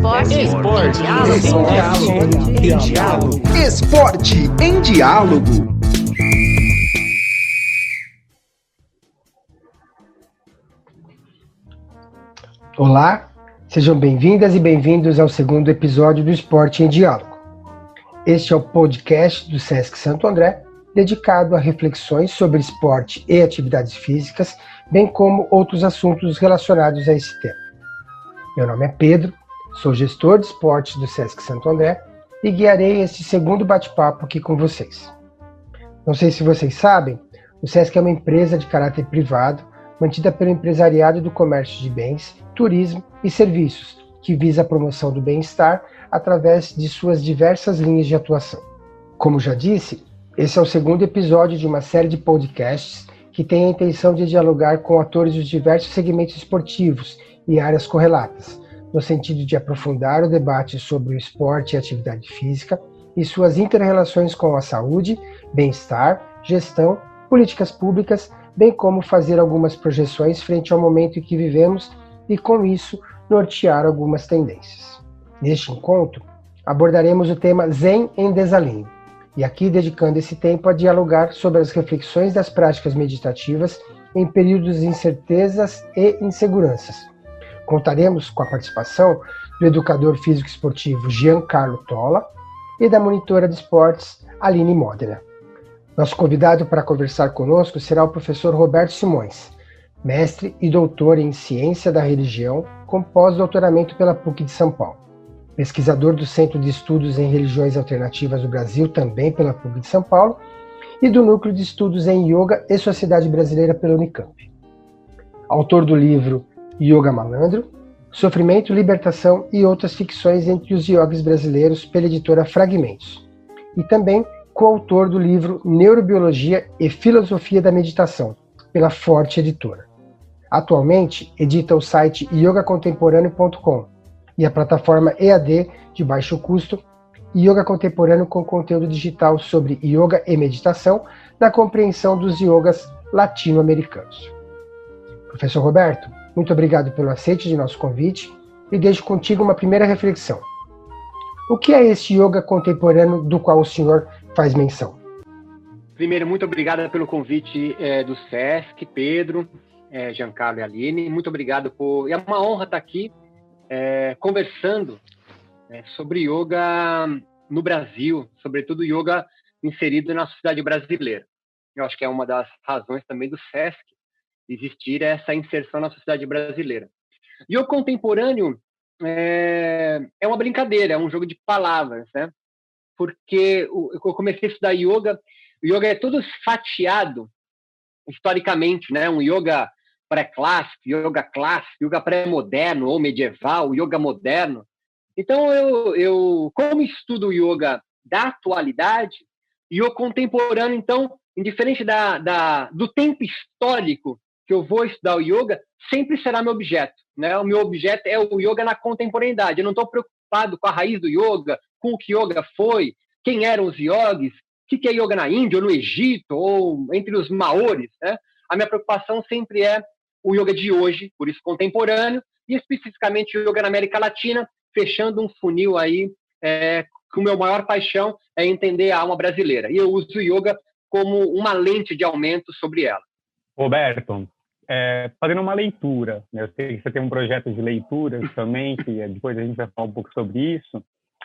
Esporte em Diálogo. Olá, sejam bem-vindas e bem-vindos ao segundo episódio do Esporte em Diálogo. Este é o podcast do Sesc Santo André, dedicado a reflexões sobre esporte e atividades físicas, bem como outros assuntos relacionados a esse tema. Meu nome é Pedro, sou gestor de esportes do Sesc Santo André e guiarei este segundo bate-papo aqui com vocês. Não sei se vocês sabem, o Sesc é uma empresa de caráter privado, mantida pelo empresariado do comércio de bens, turismo e serviços, que visa a promoção do bem-estar através de suas diversas linhas de atuação. Como já disse, esse é o segundo episódio de uma série de podcasts que tem a intenção de dialogar com atores dos diversos segmentos esportivos e áreas correlatas, no sentido de aprofundar o debate sobre o esporte e a atividade física e suas inter-relações com a saúde, bem-estar, gestão, políticas públicas, bem como fazer algumas projeções frente ao momento em que vivemos e, com isso, nortear algumas tendências. Neste encontro, abordaremos o tema Zen em Desalinho, e aqui dedicando esse tempo a dialogar sobre as reflexões das práticas meditativas em períodos de incertezas e inseguranças. Contaremos com a participação do educador físico-esportivo Giancarlo Tola e da monitora de esportes Aline Modena. Nosso convidado para conversar conosco será o professor Roberto Simões, mestre e doutor em Ciência da Religião, com pós-doutoramento pela PUC de São Paulo. Pesquisador do Centro de Estudos em Religiões Alternativas do Brasil, também pela PUC de São Paulo, e do Núcleo de Estudos em Yoga e Sociedade Brasileira pela Unicamp. Autor do livro Yoga Malandro, Sofrimento, Libertação e Outras Ficções entre os Yogis Brasileiros pela editora Fragmentos. E também coautor do livro Neurobiologia e Filosofia da Meditação, pela Forte Editora. Atualmente, edita o site yogacontemporâneo.com e a plataforma EAD de baixo custo Yoga Contemporâneo com conteúdo digital sobre yoga e meditação na compreensão dos yogas latino-americanos. Professor Roberto, muito obrigado pelo aceite de nosso convite e deixo contigo uma primeira reflexão. O que é esse yoga contemporâneo do qual o senhor faz menção? Primeiro, muito obrigado pelo convite do Sesc, Pedro, Giancarlo e Aline. Muito obrigado é uma honra estar aqui conversando sobre yoga no Brasil, sobretudo yoga inserido na sociedade brasileira. Eu acho que é uma das razões também do Sesc existir essa inserção na sociedade brasileira. Yoga contemporâneo é uma brincadeira, é um jogo de palavras, né? Porque eu comecei a estudar yoga, o yoga é todo fatiado historicamente, né? Um yoga pré-clássico, yoga pré-moderno ou medieval, yoga moderno. Então, eu como estudo o yoga da atualidade, yoga contemporâneo, então, indiferente do tempo histórico que eu vou estudar o yoga, sempre será meu objeto, né? O meu objeto é o yoga na contemporaneidade. Eu não estou preocupado com a raiz do yoga, com o que yoga foi, quem eram os yogis, o que é yoga na Índia, ou no Egito, ou entre os maores, né? A minha preocupação sempre é o yoga de hoje, por isso contemporâneo, e especificamente o yoga na América Latina, fechando um funil aí, que o meu maior paixão é entender a alma brasileira. E eu uso o yoga como uma lente de aumento sobre ela. Roberto, fazendo uma leitura, né? Eu sei que você tem um projeto de leituras também, que depois a gente vai falar um pouco sobre isso,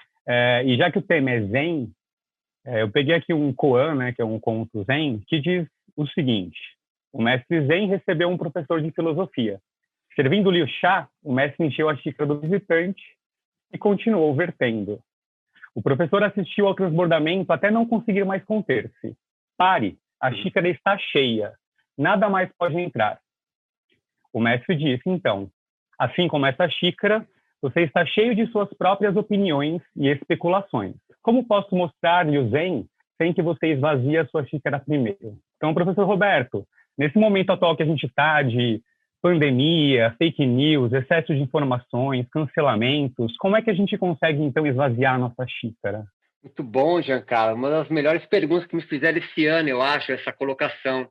e já que o tema é Zen, eu peguei aqui um koan, né, que é um conto Zen, que diz o seguinte: o mestre Zen recebeu um professor de filosofia. Servindo-lhe o chá, o mestre encheu a xícara do visitante e continuou vertendo. O professor assistiu ao transbordamento até não conseguir mais conter-se. Pare, a xícara está cheia. Nada mais pode entrar. O mestre disse, então, assim como essa xícara, você está cheio de suas próprias opiniões e especulações. Como posso mostrar-lhe o Zen sem que você esvazie a sua xícara primeiro? Então, professor Roberto, nesse momento atual que a gente está de pandemia, fake news, excesso de informações, cancelamentos, como é que a gente consegue, então, esvaziar a nossa xícara? Muito bom, Giancarlo. Uma das melhores perguntas que me fizeram esse ano, eu acho, essa colocação.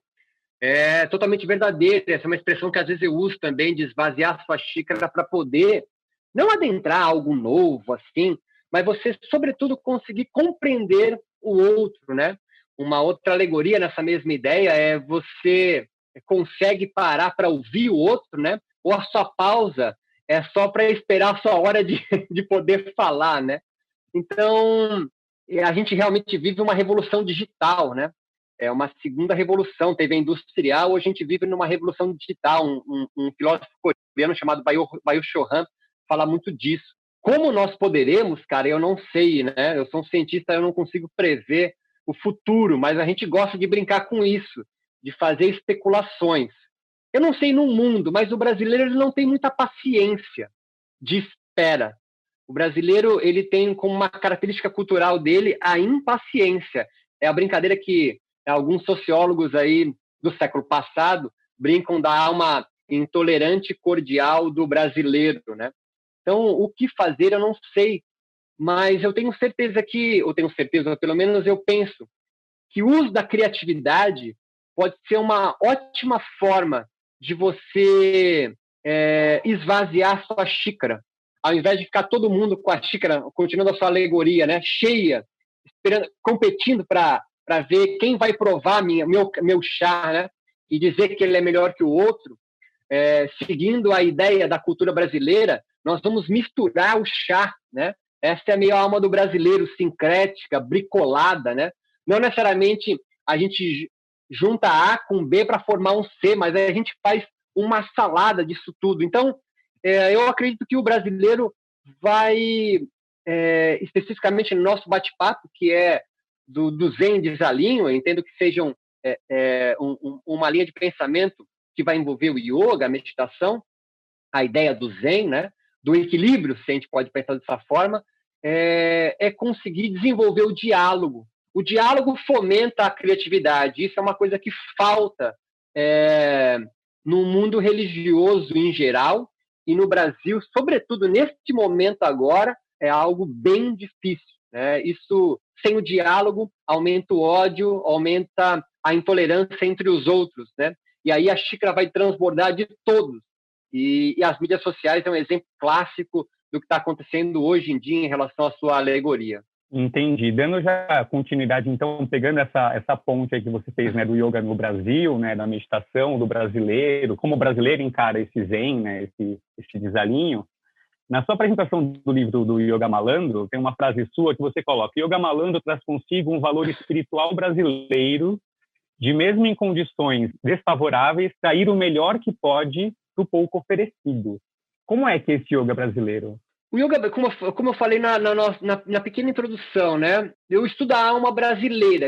É totalmente verdadeira. Essa é uma expressão que às vezes eu uso também, de esvaziar a sua xícara para poder não adentrar algo novo, assim, mas você, sobretudo, conseguir compreender o outro, né? Uma outra alegoria nessa mesma ideia é você consegue parar para ouvir o outro, né? Ou a sua pausa é só para esperar a sua hora de poder falar, né? Então, a gente realmente vive uma revolução digital, né? É uma segunda revolução. Teve a industrial, hoje a gente vive numa revolução digital. Um filósofo coreano chamado Byung-Chul Han fala muito disso. Como nós poderemos, cara, eu não sei, né? Eu sou um cientista, eu não consigo prever o futuro, mas a gente gosta de brincar com isso, de fazer especulações. Eu não sei no mundo, mas o brasileiro ele não tem muita paciência de espera. O brasileiro ele tem como uma característica cultural dele a impaciência. É a brincadeira que alguns sociólogos aí do século passado brincam da alma intolerante cordial do brasileiro, né? Então, o que fazer eu não sei, mas eu tenho certeza pelo menos eu penso, que o uso da criatividade pode ser uma ótima forma de você esvaziar a sua xícara, ao invés de ficar todo mundo com a xícara, continuando a sua alegoria, né, cheia, esperando, competindo para ver quem vai provar meu chá, né, e dizer que ele é melhor que o outro, seguindo a ideia da cultura brasileira, nós vamos misturar o chá, né? Essa é a meio alma do brasileiro, sincrética, bricolada, né? Não necessariamente a gente junta A com B para formar um C, mas a gente faz uma salada disso tudo. Então, eu acredito que o brasileiro vai, especificamente no nosso bate-papo, que é do Zen desalinho, eu entendo que sejam uma linha de pensamento que vai envolver o yoga, a meditação, a ideia do Zen, né? Do equilíbrio, se a gente pode pensar dessa forma, conseguir desenvolver o diálogo. O diálogo fomenta a criatividade. Isso é uma coisa que falta no mundo religioso em geral e no Brasil, sobretudo neste momento agora, é algo bem difícil, né? Isso, sem o diálogo, aumenta o ódio, aumenta a intolerância entre os outros, né? E aí a xícara vai transbordar de todos. E as mídias sociais é um exemplo clássico do que está acontecendo hoje em dia em relação à sua alegoria. Entendi. Dando já continuidade, então, pegando essa ponte aí que você fez, né, do yoga no Brasil, né, da meditação do brasileiro, como o brasileiro encara esse zen, né, esse desalinho. Na sua apresentação do livro do Yoga Malandro, tem uma frase sua que você coloca: Yoga Malandro traz consigo um valor espiritual brasileiro de, mesmo em condições desfavoráveis, sair o melhor que pode do pouco oferecido. Como é que é esse yoga brasileiro? O yoga, como eu falei na pequena introdução, né? Eu estudo a alma brasileira.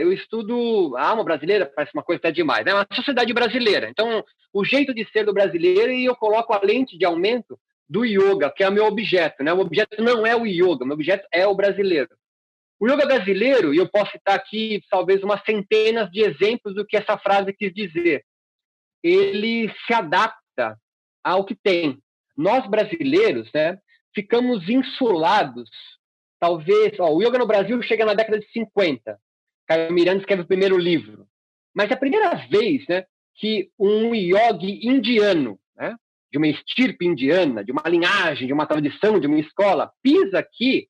A alma brasileira, parece uma coisa até demais, né? É uma sociedade brasileira. Então, o jeito de ser do brasileiro, e eu coloco a lente de aumento do yoga, que é o meu objeto, né? O objeto não é o yoga, o meu objeto é o brasileiro. O yoga brasileiro, e eu posso citar aqui talvez umas centenas de exemplos do que essa frase quis dizer, ele se adapta ao que tem. Nós brasileiros, né, ficamos insulados, talvez... o yoga no Brasil chega na década de 50. Caio Miranda escreve o primeiro livro. Mas é a primeira vez, né, que um yogi indiano, né, de uma estirpe indiana, de uma linhagem, de uma tradição, de uma escola, pisa aqui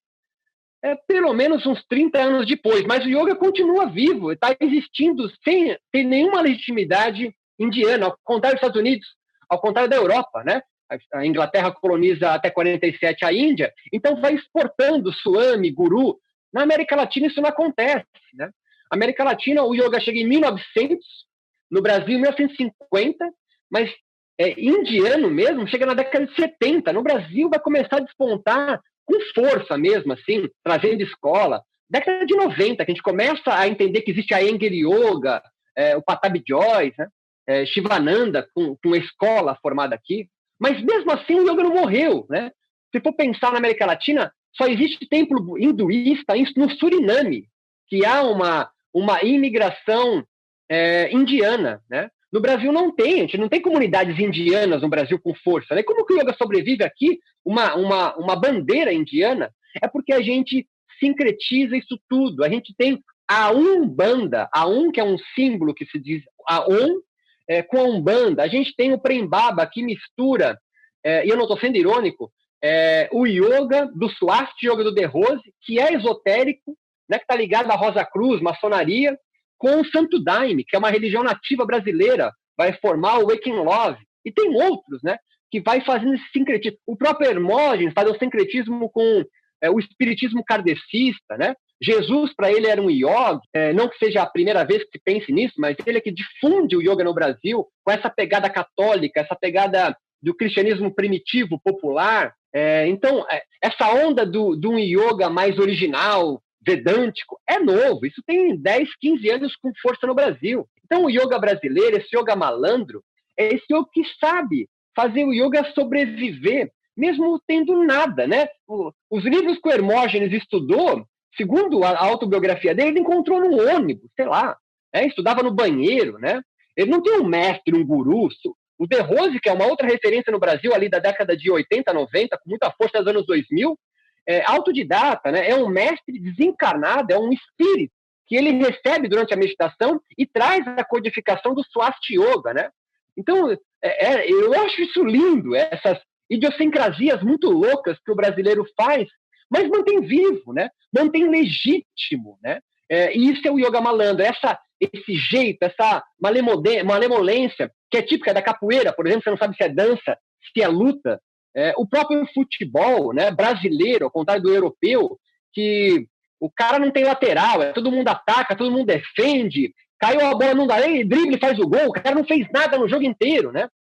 pelo menos uns 30 anos depois. Mas o yoga continua vivo, está existindo sem ter nenhuma legitimidade indiana, ao contrário dos Estados Unidos, ao contrário da Europa, né? A Inglaterra coloniza até 47 a Índia, então vai exportando Swami, Guru. Na América Latina isso não acontece, né? Na América Latina o yoga chega em 1900, no Brasil em 1950, mas indiano mesmo chega na década de 70. No Brasil vai começar a despontar com força mesmo, assim, trazendo escola. Década de 90, que a gente começa a entender que existe a Iyengar Yoga, o Patabi Jois, né? Shivananda, com escola formada aqui. Mas mesmo assim o yoga não morreu, né? Se for pensar na América Latina, só existe templo hinduísta no Suriname, que há uma imigração indiana, né? No Brasil não tem, a gente não tem comunidades indianas no Brasil com força, né? Como que o yoga sobrevive aqui, uma bandeira indiana? É porque a gente sincretiza isso tudo. A gente tem a Umbanda, que é um símbolo que se diz a Om, com a Umbanda. A gente tem o Prembaba, que mistura, e eu não estou sendo irônico, o yoga do Swasti Yoga do De Rose, que é esotérico, né, que está ligado à Rosa Cruz, maçonaria, com o Santo Daime, que é uma religião nativa brasileira, vai formar o Waking Love, e tem outros, né, que vai fazendo esse sincretismo. O próprio Hermógenes faz o sincretismo com o espiritismo kardecista, né? Jesus, para ele, era um yogi, não que seja a primeira vez que se pense nisso, mas ele é que difunde o yoga no Brasil com essa pegada católica, essa pegada do cristianismo primitivo, popular. Então, essa onda do um yoga mais original, vedântico, é novo. Isso tem 10, 15 anos com força no Brasil. Então, o yoga brasileiro, esse yoga malandro, é esse yoga que sabe fazer o yoga sobreviver, mesmo tendo nada, né? Os livros que o Hermógenes estudou, segundo a autobiografia dele, ele encontrou num ônibus, sei lá, estudava no banheiro, né? Ele não tem um mestre, um guru. O De Rose, que é uma outra referência no Brasil, ali da década de 80, 90, com muita força dos anos 2000, autodidata, né? É um mestre desencarnado, é um espírito que ele recebe durante a meditação e traz a codificação do Swasti Yoga, né? Então, eu acho isso lindo, essas idiosincrasias muito loucas que o brasileiro faz, mas mantém vivo, né? Mantém legítimo, né? E isso é o yoga malandro, esse jeito, essa malemolência que é típica da capoeira, por exemplo, você não sabe se é dança, se é luta. O próprio futebol, né, brasileiro, ao contrário do europeu, que o cara não tem lateral, todo mundo ataca, todo mundo defende, caiu a bola, não dá nem drible, faz o gol, o cara não fez nada no jogo inteiro, né?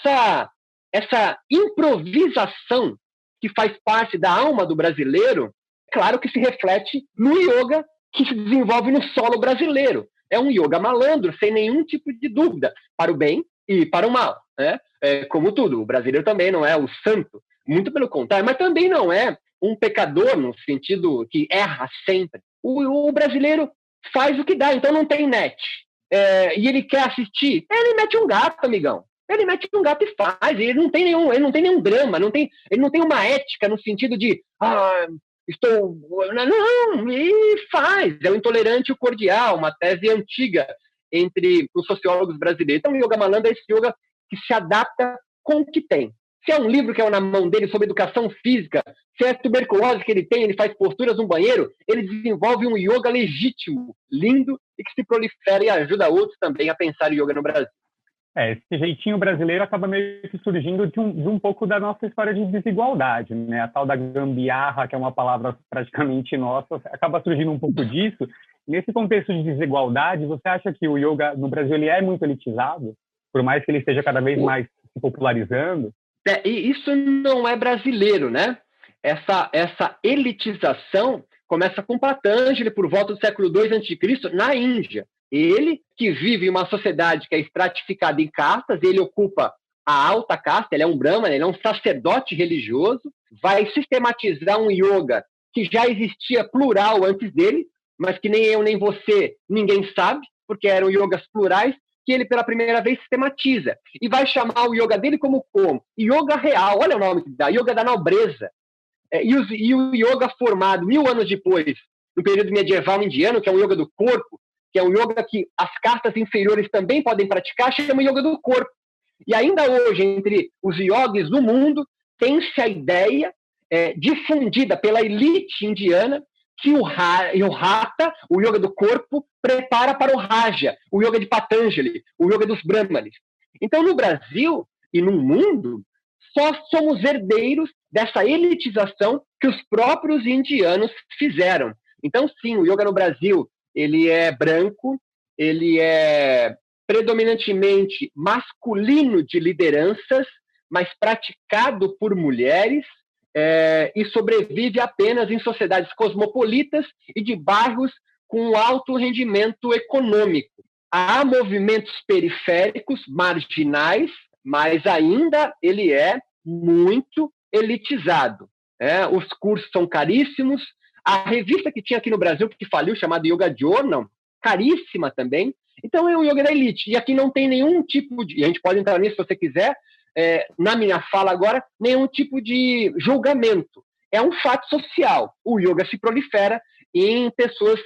Essa improvisação que faz parte da alma do brasileiro, claro que se reflete no yoga que se desenvolve no solo brasileiro. É um yoga malandro, sem nenhum tipo de dúvida, para o bem e para o mal, né? Como tudo, o brasileiro também não é o santo, muito pelo contrário, mas também não é um pecador no sentido que erra sempre. O brasileiro faz o que dá, então não tem net. E ele quer assistir, ele mete um gato, amigão. Ele mete um gato e faz. Ele não tem nenhum drama, ele não tem uma ética no sentido de não, e faz. É o intolerante e o cordial, uma tese antiga entre os sociólogos brasileiros. Então, o yoga malandro é esse yoga que se adapta com o que tem. Se é um livro que é na mão dele sobre educação física, se é a tuberculose que ele tem, ele faz posturas no banheiro, ele desenvolve um yoga legítimo, lindo, e que se prolifera e ajuda outros também a pensar em yoga no Brasil. Esse jeitinho brasileiro acaba meio que surgindo de um pouco da nossa história de desigualdade, né? A tal da gambiarra, que é uma palavra praticamente nossa, acaba surgindo um pouco disso. Nesse contexto de desigualdade, você acha que o yoga no Brasil ele é muito elitizado? Por mais que ele esteja cada vez mais se popularizando? E isso não é brasileiro, né? Essa elitização começa com Patanjali por volta do século II a.C., na Índia. Ele, que vive em uma sociedade que é estratificada em castas, ele ocupa a alta casta, ele é um brahmana, ele é um sacerdote religioso, vai sistematizar um yoga que já existia plural antes dele, mas que nem eu nem você, ninguém sabe, porque eram yogas plurais, que ele pela primeira vez sistematiza. E vai chamar o yoga dele como yoga real, olha o nome que dá, yoga da nobreza. E o yoga formado 1000 anos depois, no período medieval indiano, que é o yoga do corpo, que é um yoga que as castas inferiores também podem praticar, chama yoga do corpo. E ainda hoje, entre os yogis do mundo, tem-se a ideia difundida pela elite indiana que o Hatha, o yoga do corpo, prepara para o Raja, o yoga de Patanjali, o yoga dos Brahmanes. Então, no Brasil e no mundo, só somos herdeiros dessa elitização que os próprios indianos fizeram. Então, sim, o yoga no Brasil ele é branco, ele é predominantemente masculino de lideranças, mas praticado por mulheres, e sobrevive apenas em sociedades cosmopolitas e de bairros com alto rendimento econômico. Há movimentos periféricos, marginais, mas ainda ele é muito elitizado. Os cursos são caríssimos. A revista que tinha aqui no Brasil, que faliu, chamada Yoga Journal, caríssima também. Então é o yoga da elite. E aqui não tem nenhum tipo de... E a gente pode entrar nisso se você quiser, na minha fala agora, nenhum tipo de julgamento. É um fato social. O yoga se prolifera em pessoas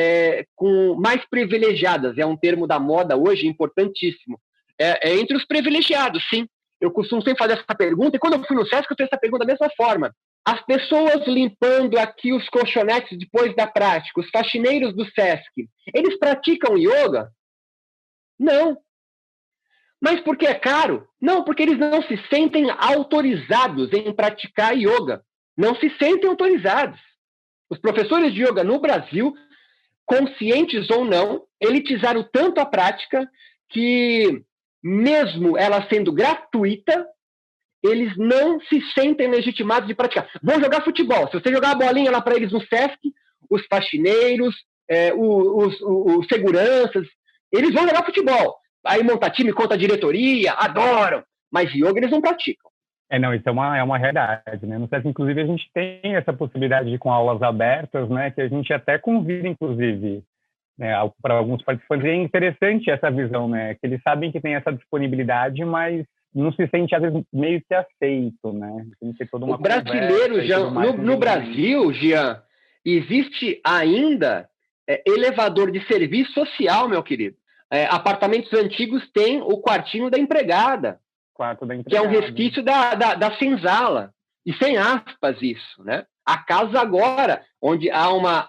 com mais privilegiadas. É um termo da moda hoje importantíssimo. Entre os privilegiados, sim. eu costumo sempre fazer essa pergunta, e quando eu fui no SESC, eu tenho essa pergunta da mesma forma. As pessoas limpando aqui os colchonetes depois da prática, os faxineiros do SESC, eles praticam yoga? Não. Mas porque é caro? Não, porque eles não se sentem autorizados em praticar yoga. Não se sentem autorizados. Os professores de yoga no Brasil, conscientes ou não, elitizaram tanto a prática que, mesmo ela sendo gratuita, eles não se sentem legitimados de praticar. Vão jogar futebol. Se você jogar a bolinha lá para eles no SESC, os faxineiros, os seguranças, eles vão jogar futebol. Aí monta time, conta diretoria, adoram. Mas yoga eles não praticam. Não, isso é uma realidade, né? No SESC, inclusive, a gente tem essa possibilidade de com aulas abertas, né? Que a gente até convida, inclusive, né, para alguns participantes. E é interessante essa visão, né? Que eles sabem que tem essa disponibilidade, mas não se sente, às vezes, meio que aceito, né? Tem que ter toda uma o brasileiro, Jean, no Brasil, Jean, existe ainda elevador de serviço social, meu querido. Apartamentos antigos têm o quartinho da empregada, que é um resquício da senzala. E sem aspas isso, né? Há casos agora onde há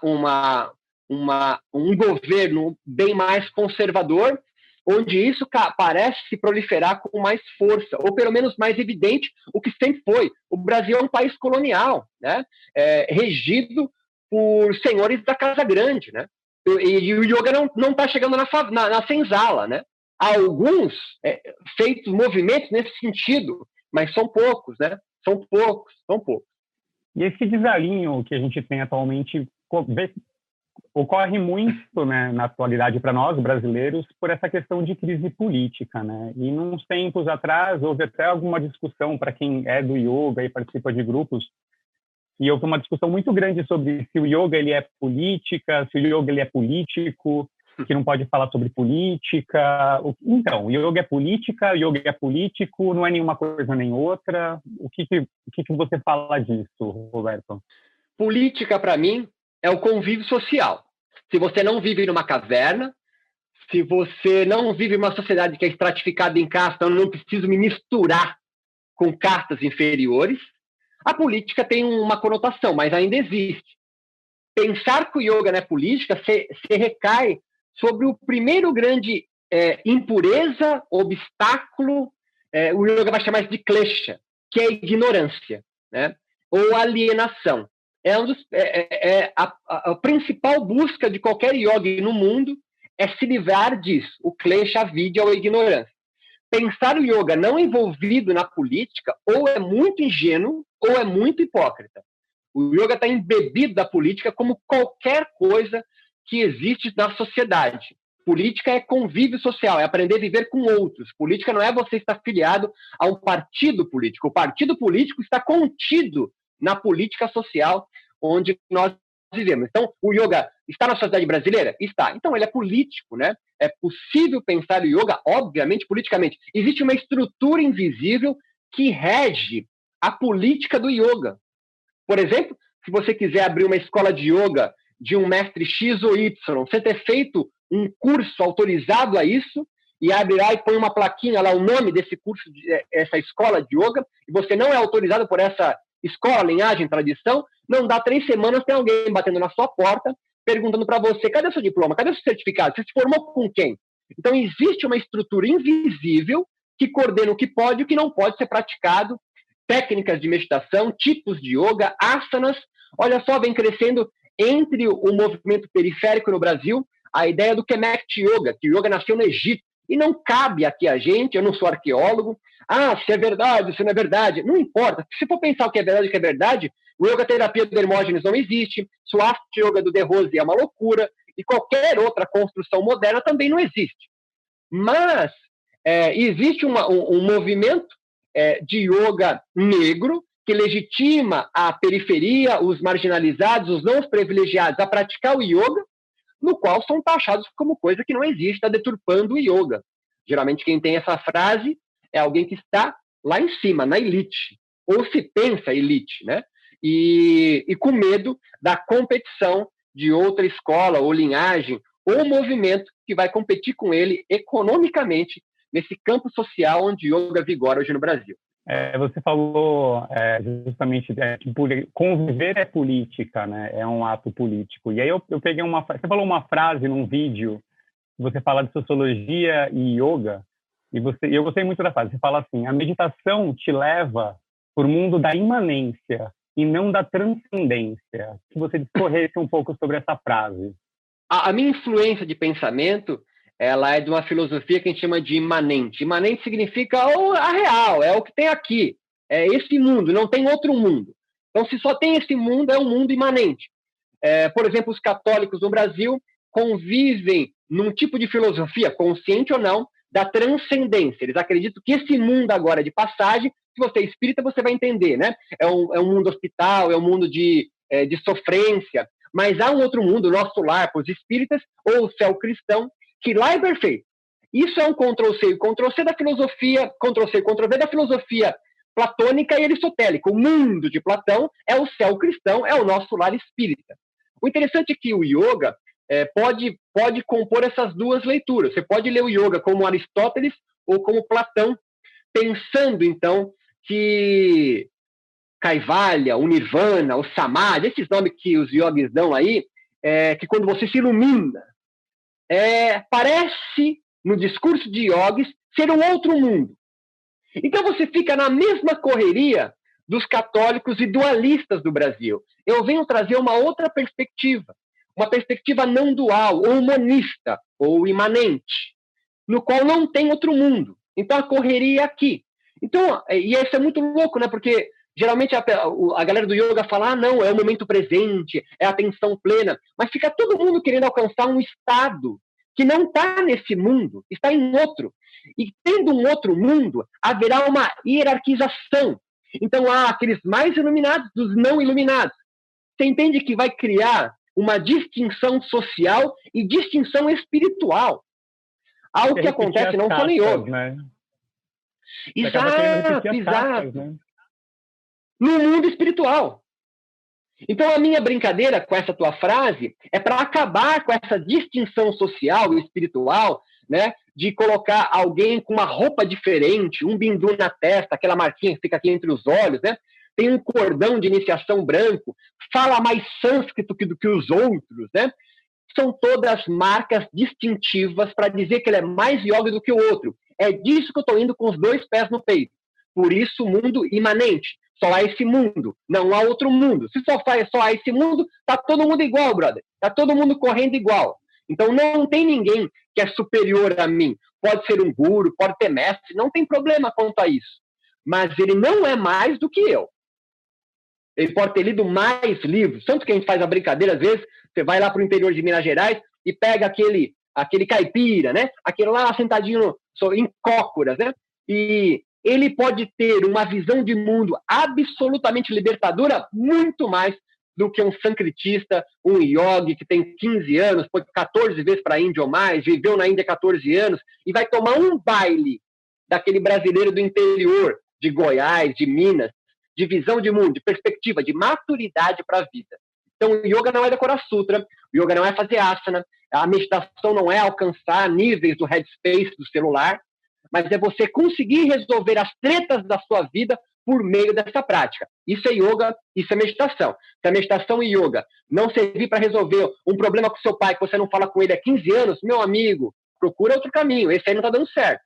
um governo bem mais conservador, onde isso parece se proliferar com mais força, ou pelo menos mais evidente, o que sempre foi. O Brasil é um país colonial, né? Regido por senhores da Casa Grande, né? E o yoga não está chegando na senzala, né? Há alguns feitos movimentos nesse sentido, mas são poucos, né? São poucos. E esse desalinho que a gente tem atualmente ocorre muito, né, na atualidade para nós, brasileiros, por essa questão de crise política, né? E uns tempos atrás houve até alguma discussão para quem é do yoga e participa de grupos, e houve uma discussão muito grande sobre se o yoga ele é política, se o yoga ele é político, que não pode falar sobre política. Então, o yoga é política, o yoga é político, não é nenhuma coisa nem outra. O que você fala disso, Roberto? Política, para mim, é o convívio social. Se você não vive numa caverna, se você não vive em uma sociedade que é estratificada em casta, eu não preciso me misturar com castas inferiores, a política tem uma conotação, mas ainda existe. Pensar que o yoga não é política se recai sobre o primeiro grande impureza, obstáculo, o yoga vai chamar de klesha, que é a ignorância, né? Ou alienação. A principal busca de qualquer yogi no mundo é se livrar disso, o klesha, a vidya ou a ignorância. Pensar o yoga não envolvido na política ou é muito ingênuo ou é muito hipócrita. O yoga está embebido da política como qualquer coisa que existe na sociedade. Política é convívio social, é aprender a viver com outros. Política não é você estar filiado a um partido político. O partido político está contido na política social onde nós vivemos. Então, o yoga está na sociedade brasileira? Está. Então, ele é político, né? É possível pensar o yoga, obviamente, politicamente. Existe uma estrutura invisível que rege a política do yoga. Por exemplo, se você quiser abrir uma escola de yoga de um mestre X ou Y, você ter feito um curso autorizado a isso, e abre lá e põe uma plaquinha lá, o nome desse curso, essa escola de yoga, e você não é autorizado por essa escola, linhagem, tradição, não dá 3 semanas, tem alguém batendo na sua porta, perguntando para você, cadê o seu diploma, cadê o seu certificado, você se formou com quem? Então existe uma estrutura invisível que coordena o que pode e o que não pode ser praticado, técnicas de meditação, tipos de yoga, asanas. Olha só, vem crescendo entre o movimento periférico no Brasil a ideia do Kemet Yoga, que o yoga nasceu no Egito, e não cabe aqui a gente, eu não sou arqueólogo, se é verdade, se não é verdade, não importa. Se for pensar o que é verdade e o que é verdade, o yoga terapia do Hermógenes não existe, Swastika Yoga do De Rose é uma loucura, e qualquer outra construção moderna também não existe. Mas existe um movimento de yoga negro que legitima a periferia, os marginalizados, os não privilegiados a praticar o yoga, no qual são taxados como coisa que não existe, está deturpando o yoga. Geralmente quem tem essa frase é alguém que está lá em cima, na elite, ou se pensa elite, né? E com medo da competição de outra escola ou linhagem ou movimento que vai competir com ele economicamente nesse campo social onde o yoga vigora hoje no Brasil. Você falou justamente que conviver é política, né? É um ato político. E aí eu peguei você falou uma frase num vídeo, você fala de sociologia e yoga, e eu gostei muito da frase. Você fala assim: a meditação te leva para o mundo da imanência e não da transcendência. Que você discorresse um pouco sobre essa frase. A minha influência de pensamento, ela é de uma filosofia que a gente chama de imanente. Imanente significa a real, é o que tem aqui. É esse mundo, não tem outro mundo. Então, se só tem esse mundo, é um mundo imanente. Por exemplo, os católicos no Brasil convivem num tipo de filosofia, consciente ou não, da transcendência. Eles acreditam que esse mundo agora é de passagem. Se você é espírita, você vai entender, né? É um mundo hospital, é um mundo de sofrência. Mas há um outro mundo, o nosso lar, para os espíritas, ou o céu cristão, que lá é perfeito. Isso é um Ctrl-C e Ctrl-C da filosofia, Ctrl-C e Ctrl-V da filosofia platônica e aristotélica. O mundo de Platão é o céu cristão, é o nosso lar espírita. O interessante é que o yoga pode compor essas duas leituras. Você pode ler o yoga como Aristóteles ou como Platão, pensando, então, que Kaivalya, o Nirvana, o Samadhi, esses nomes que os yogis dão aí, que quando você se ilumina, parece, no discurso de yogis, ser um outro mundo. Então você fica na mesma correria dos católicos e dualistas do Brasil. Eu venho trazer uma outra perspectiva, uma perspectiva não dual, ou monista, ou imanente, no qual não tem outro mundo. Então a correria é aqui. Então, e isso é muito louco, né? Porque geralmente a galera do yoga fala, não, é o momento presente, é a atenção plena, mas fica todo mundo querendo alcançar um estado que não está nesse mundo, está em outro. E tendo um outro mundo, haverá uma hierarquização. Então há aqueles mais iluminados dos não iluminados. Você entende que vai criar uma distinção social e distinção espiritual. Algo que acontece não só no yoga. Né? Exato. Né? No mundo espiritual. Então a minha brincadeira com essa tua frase é para acabar com essa distinção social e espiritual, né, de colocar alguém com uma roupa diferente, um bindu na testa, aquela marquinha que fica aqui entre os olhos, né? Tem um cordão de iniciação branco, fala mais sânscrito do que os outros, né? São todas marcas distintivas para dizer que ele é mais yoga do que o outro. É disso que eu estou indo com os dois pés no peito. Por isso, o mundo imanente. Só há esse mundo, não há outro mundo. Se só há esse mundo, tá todo mundo igual, brother. Tá todo mundo correndo igual. Então não tem ninguém que é superior a mim. Pode ser um guru, pode ter mestre, não tem problema quanto a isso. Mas ele não é mais do que eu. Ele pode ter lido mais livros. Tanto que a gente faz a brincadeira, às vezes, você vai lá para o interior de Minas Gerais e pega aquele caipira, né? Aquele lá sentadinho em cócoras, né? E ele pode ter uma visão de mundo absolutamente libertadora, muito mais do que um sankritista, um yogi que tem 15 anos, foi 14 vezes para a Índia ou mais, viveu na Índia 14 anos, e vai tomar um baile daquele brasileiro do interior, de Goiás, de Minas, de visão de mundo, de perspectiva, de maturidade para a vida. Então, o yoga não é decorar sutra, o yoga não é fazer asana, a meditação não é alcançar níveis do headspace do celular, mas é você conseguir resolver as tretas da sua vida por meio dessa prática. Isso é yoga, isso é meditação. Se a meditação e yoga não servir para resolver um problema com seu pai que você não fala com ele há 15 anos, meu amigo, procura outro caminho, esse aí não está dando certo.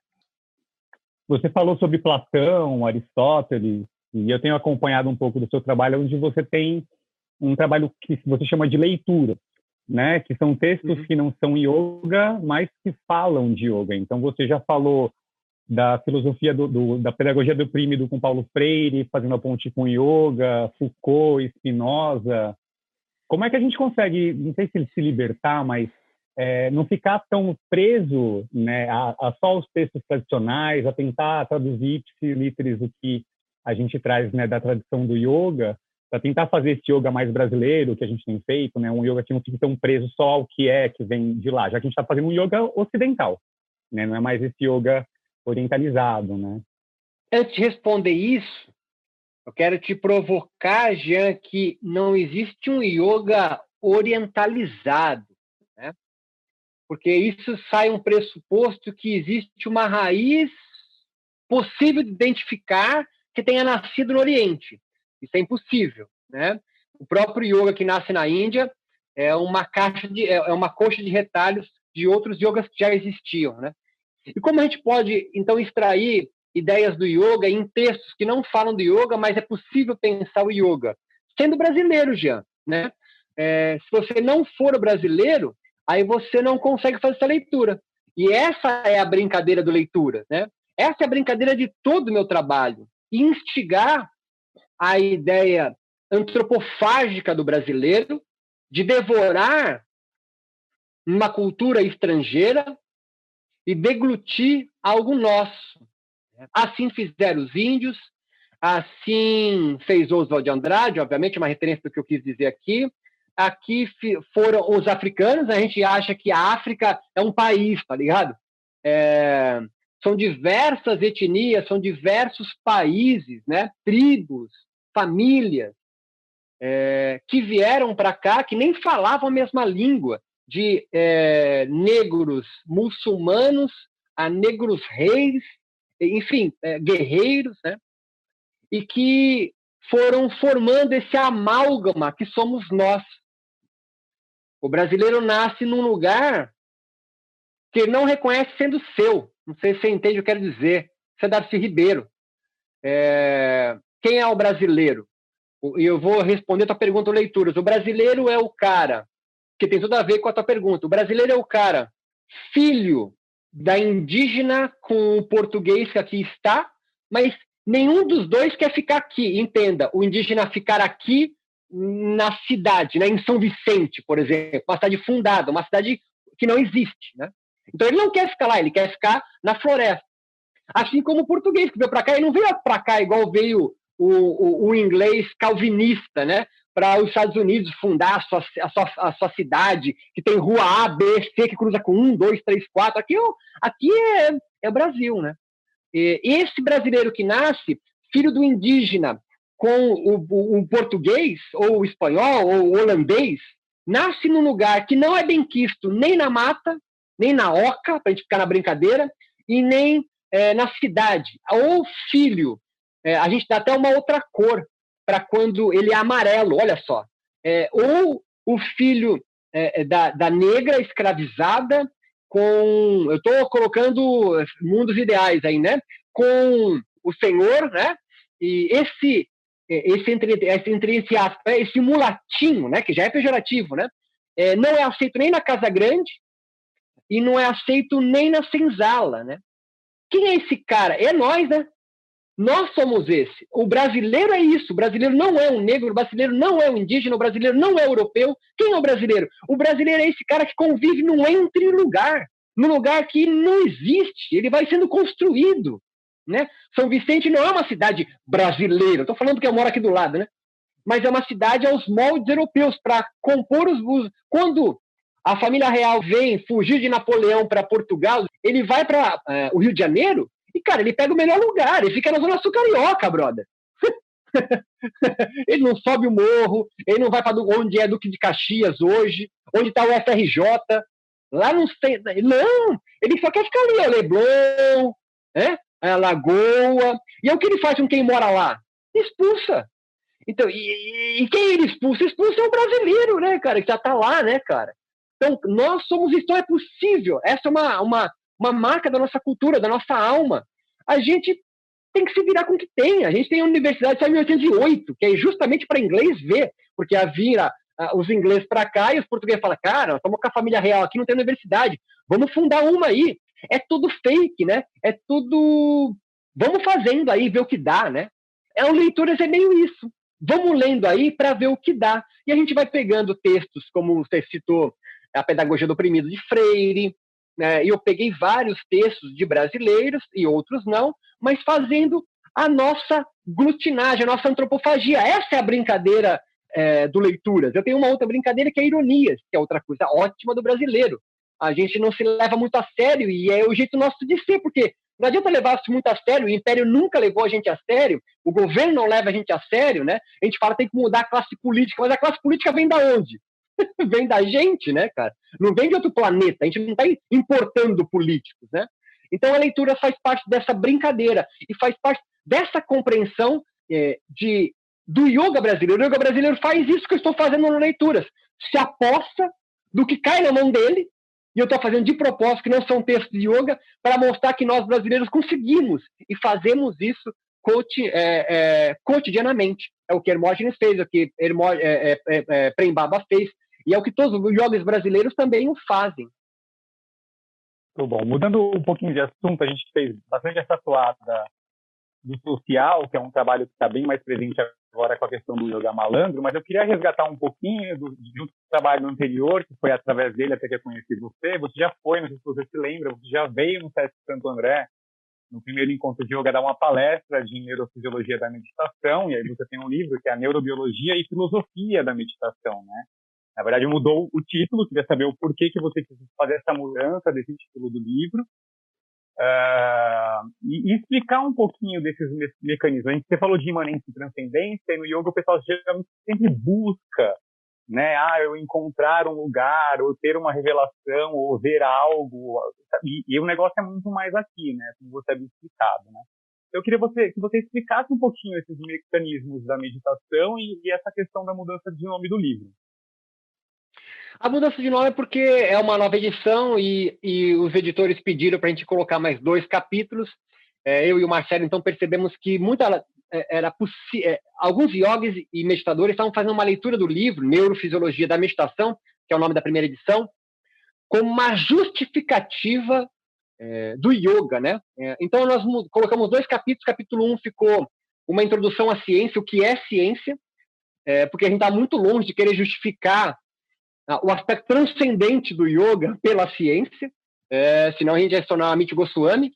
Você falou sobre Platão, Aristóteles, e eu tenho acompanhado um pouco do seu trabalho, onde você tem um trabalho que você chama de leitura, né? Que são textos que não são yoga, mas que falam de yoga. Então, você já falou da filosofia da pedagogia do oprimido com Paulo Freire, fazendo a ponte com yoga, Foucault, Spinoza. Como é que a gente consegue, não sei se libertar, mas não ficar tão preso, né, a só os textos tradicionais, a tentar traduzir ipsis-literis o que a gente traz, né, da tradição do yoga, para tentar fazer esse yoga mais brasileiro que a gente tem feito, né, um yoga que não fique tão preso só ao que vem de lá, já que a gente está fazendo um yoga ocidental, né, não é mais esse yoga orientalizado, né? Antes de responder isso, eu quero te provocar, Jean, que não existe um yoga orientalizado, né? porque isso sai um pressuposto que existe uma raiz possível de identificar que tenha nascido no Oriente. Isso é impossível, né? O próprio yoga que nasce na Índia é uma coxa de retalhos de outros yogas que já existiam, né? E como a gente pode, então, extrair ideias do yoga em textos que não falam do yoga, mas é possível pensar o yoga? Sendo brasileiro, Jean, né? Se você não for brasileiro, aí você não consegue fazer essa leitura. E essa é a brincadeira do leitura, né? Essa é a brincadeira de todo o meu trabalho. Instigar a ideia antropofágica do brasileiro de devorar uma cultura estrangeira e deglutir algo nosso. Assim fizeram os índios, assim fez Oswald de Andrade, obviamente, uma referência do que eu quis dizer aqui. Aqui foram os africanos, a gente acha que a África é um país, tá ligado? São diversas etnias, são diversos países, né? Tribos, famílias, que vieram para cá, que nem falavam a mesma língua, de negros muçulmanos a negros reis, enfim, guerreiros, né? E que foram formando esse amálgama que somos nós. O brasileiro nasce num lugar que ele não reconhece sendo seu. Não sei se você entende o que eu quero dizer. Você é Darcy Ribeiro. Quem é o brasileiro? E eu vou responder a tua pergunta, leituras. O brasileiro é o cara, que tem tudo a ver com a tua pergunta. O brasileiro é o cara, filho da indígena com o português que aqui está, mas nenhum dos dois quer ficar aqui. Entenda, o indígena ficar aqui na cidade, né, em São Vicente, por exemplo, uma cidade fundada, uma cidade que não existe, né? Então ele não quer ficar lá, ele quer ficar na floresta. Assim como o português que veio para cá, ele não veio para cá igual veio o inglês calvinista, né? Para os Estados Unidos fundar a sua cidade, que tem rua A, B, C, que cruza com 1, 2, 3, 4. Aqui é o Brasil, né? E esse brasileiro que nasce, filho do indígena, com o português, ou o espanhol, ou o holandês, nasce num lugar que não é bem quisto nem na mata, nem na oca, para a gente ficar na brincadeira, e nem na cidade. Ou filho, a gente dá até uma outra cor para quando ele é amarelo, olha só. Ou o filho da negra escravizada com... Eu estou colocando mundos ideais aí, né? Com o senhor, né? E esse entre aspas, esse mulatinho, né? Que já é pejorativo, né? Não é aceito nem na Casa Grande e não é aceito nem na senzala, né? Quem é esse cara? É nós, né? Nós somos esse. O brasileiro é isso. O brasileiro não é um negro, o brasileiro não é um indígena, o brasileiro não é europeu. Quem é o brasileiro? O brasileiro é esse cara que convive num entre-lugar, num lugar que não existe. Ele vai sendo construído, né? São Vicente não é uma cidade brasileira. Estou falando que eu moro aqui do lado, né? Mas é uma cidade aos moldes europeus para compor os... Quando a família real vem fugir de Napoleão para Portugal, ele vai para o Rio de Janeiro e, cara, ele pega o melhor lugar, ele fica na Zona Sul Carioca, brother. Ele não sobe o morro, ele não vai para onde é Duque de Caxias hoje, onde está o FRJ, lá não sei, não, ele só quer ficar ali, o Leblon, a Lagoa, e é o que ele faz com quem mora lá? Expulsa. Então, e quem ele expulsa? Expulsa é o brasileiro, né, cara, que já está lá, né, cara. Então, nós somos isso, então é possível. Essa é uma marca da nossa cultura, da nossa alma. A gente tem que se virar com o que tem. A gente tem a universidade só em 1808, que é justamente para inglês ver, porque vira os ingleses para cá e os portugueses falam, cara, nós estamos com a família real aqui, não tem universidade, vamos fundar uma aí. É tudo fake, né? É tudo... Vamos fazendo aí, ver o que dá, né? O Leituras é meio isso. Vamos lendo aí para ver o que dá. E a gente vai pegando textos, como você citou, A Pedagogia do Oprimido, de Freire, né? E eu peguei vários textos de brasileiros e outros não, mas fazendo a nossa glutinagem, a nossa antropofagia. Essa é a brincadeira do Leituras. Eu tenho uma outra brincadeira que é ironias, que é outra coisa ótima do brasileiro. A gente não se leva muito a sério e é o jeito nosso de ser, porque não adianta levar-se muito a sério, o Império nunca levou a gente a sério, o governo não leva a gente a sério, né? A gente fala que tem que mudar a classe política, mas a classe política vem da onde? vem da gente, né, cara? Não vem de outro planeta, a gente não está importando políticos, né? Então a leitura faz parte dessa brincadeira e faz parte dessa compreensão do yoga brasileiro. O yoga brasileiro faz isso que eu estou fazendo nas leituras. Se aposta do que cai na mão dele, e eu estou fazendo de propósito, que não são textos de yoga, para mostrar que nós brasileiros conseguimos e fazemos isso cotidianamente. É o que Hermógenes fez, é o que Prem Baba fez, e é o que todos os yogis brasileiros também o fazem. Muito bom. Mudando um pouquinho de assunto, a gente fez bastante essa toada do social, que é um trabalho que está bem mais presente agora com a questão do yoga malandro, mas eu queria resgatar um pouquinho do trabalho anterior, que foi através dele até que eu conheci você. Você já foi, não sei se você se lembra, você já veio no Sesc Santo André, no primeiro encontro de yoga, dar uma palestra de neurofisiologia da meditação, e aí você tem um livro que é a Neurobiologia e Filosofia da Meditação, né? Na verdade, mudou o título, queria saber o porquê que você quis fazer essa mudança desse título do livro, e explicar um pouquinho desses mecanismos. Você falou de imanência e transcendência, e no yoga o pessoal geralmente sempre busca, né? Eu encontrar um lugar, ou ter uma revelação, ou ver algo, e o negócio é muito mais aqui, né? Como você havia explicado, né? Eu queria que você explicasse um pouquinho esses mecanismos da meditação e essa questão da mudança de nome do livro. A mudança de nome é porque é uma nova edição e os editores pediram para a gente colocar mais 2 capítulos. Eu e o Marcelo, então, percebemos que alguns yogis e meditadores estavam fazendo uma leitura do livro, Neurofisiologia da Meditação, que é o nome da primeira edição, como uma justificativa do yoga, né? Então, nós colocamos 2 capítulos. Capítulo 1 ficou uma introdução à ciência, o que é ciência, porque a gente está muito longe de querer justificar o aspecto transcendente do yoga pela ciência, senão a gente vai se tornar Amit Goswami,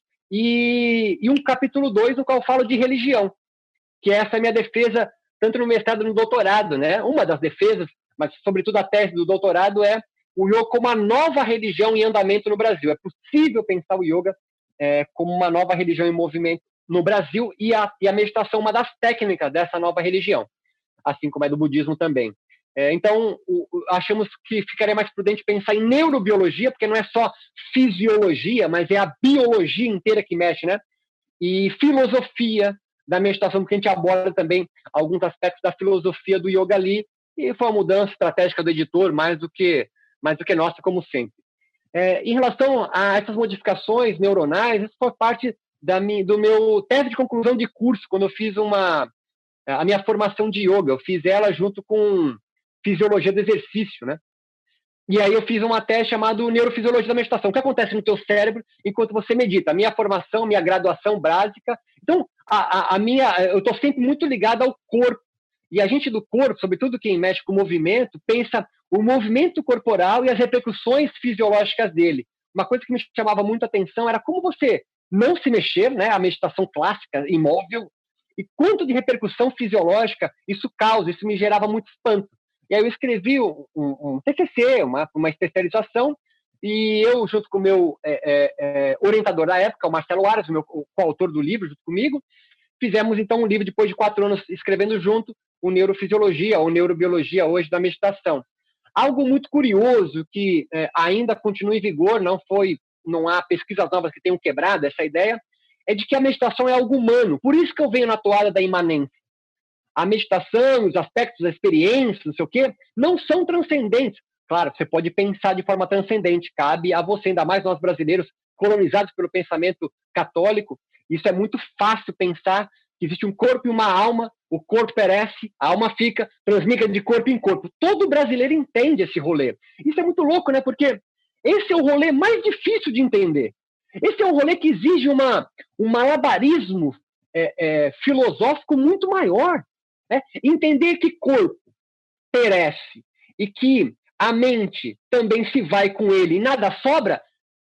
e um capítulo 2 no qual eu falo de religião, que essa é a minha defesa, tanto no mestrado como no doutorado, né? Uma das defesas, mas sobretudo a tese do doutorado é o yoga como uma nova religião em andamento no Brasil. É possível pensar o yoga como uma nova religião em movimento no Brasil, e a meditação uma das técnicas dessa nova religião, assim como é do budismo também. Então, achamos que ficaria mais prudente pensar em neurobiologia, porque não é só fisiologia, mas é a biologia inteira que mexe, né? E filosofia da meditação, porque a gente aborda também alguns aspectos da filosofia do yoga ali, e foi uma mudança estratégica do editor, mais do que nossa, como sempre. Em relação a essas modificações neuronais, isso foi parte do meu tese de conclusão de curso, quando eu fiz a minha formação de yoga. Eu fiz ela junto com fisiologia do exercício, né? E aí eu fiz uma tese chamada Neurofisiologia da Meditação. O que acontece no teu cérebro enquanto você medita? A minha formação, minha graduação básica. Então, eu estou sempre muito ligado ao corpo. E a gente do corpo, sobretudo quem mexe com o movimento, pensa o movimento corporal e as repercussões fisiológicas dele. Uma coisa que me chamava muito a atenção era como você não se mexer, né? A meditação clássica, imóvel, e quanto de repercussão fisiológica isso causa. Isso me gerava muito espanto. E aí eu escrevi um TCC, uma especialização, e eu, junto com o meu orientador da época, o Marcelo Aras, o coautor do livro, junto comigo, fizemos então um livro, depois de 4 anos escrevendo junto, o Neurofisiologia, ou Neurobiologia hoje da Meditação. Algo muito curioso, que ainda continua em vigor, não há pesquisas novas que tenham quebrado essa ideia, é de que a meditação é algo humano. Por isso que eu venho na toada da imanência. A meditação, os aspectos da experiência, não sei o quê, não são transcendentes. Claro, você pode pensar de forma transcendente, cabe a você, ainda mais nós brasileiros, colonizados pelo pensamento católico, isso é muito fácil pensar que existe um corpo e uma alma, o corpo perece, a alma fica, transmigra de corpo em corpo. Todo brasileiro entende esse rolê. Isso é muito louco, né? Porque esse é o rolê mais difícil de entender. Esse é um rolê que exige um malabarismo filosófico muito maior. Né? Entender que corpo perece e que a mente também se vai com ele e nada sobra,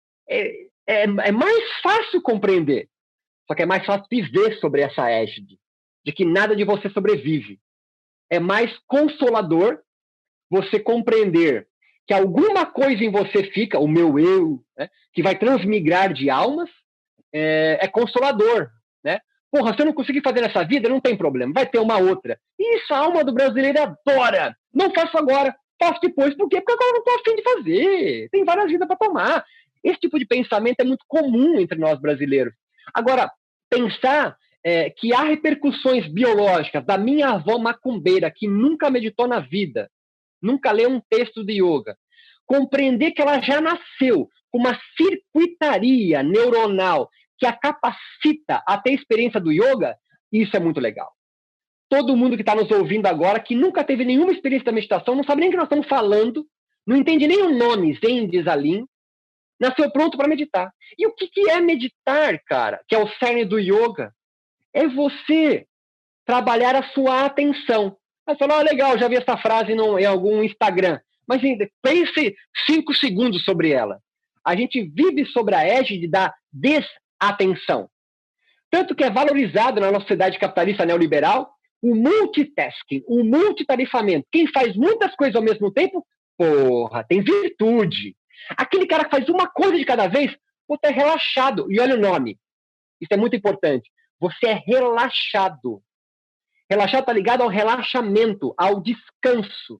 é mais fácil compreender. Só que é mais fácil viver sobre essa égide, de que nada de você sobrevive. É mais consolador você compreender que alguma coisa em você fica, o meu eu, né, que vai transmigrar de almas, é consolador, né? Porra, se eu não conseguir fazer nessa vida, não tem problema, vai ter uma outra. E isso a alma do brasileiro adora. Não faço agora, Faço depois, por quê? Porque agora eu não estou a fim de fazer. Tem várias vidas para tomar. Esse tipo de pensamento é muito comum entre nós brasileiros. Agora, pensar que há repercussões biológicas da minha avó macumbeira, que nunca meditou na vida, nunca leu um texto de yoga, compreender que ela já nasceu com uma circuitaria neuronal que a capacita a ter experiência do yoga, isso é muito legal. Todo mundo que está nos ouvindo agora, que nunca teve nenhuma experiência da meditação, não sabe nem o que nós estamos falando, não entende nem o nome Zen de Zalim, nasceu pronto para meditar. E o que é meditar, cara? Que é o cerne do yoga. É você trabalhar a sua atenção. Aí você fala, legal, já vi essa frase em algum Instagram. Mas pense 5 segundos sobre ela. A gente vive sobre a égide da desatenção. Tanto que é valorizado na nossa sociedade capitalista neoliberal o multitasking, o multitarefamento. Quem faz muitas coisas ao mesmo tempo, porra, tem virtude. Aquele cara que faz uma coisa de cada vez, é relaxado. E olha o nome. Isso é muito importante. Você é relaxado. Relaxado está ligado ao relaxamento, ao descanso.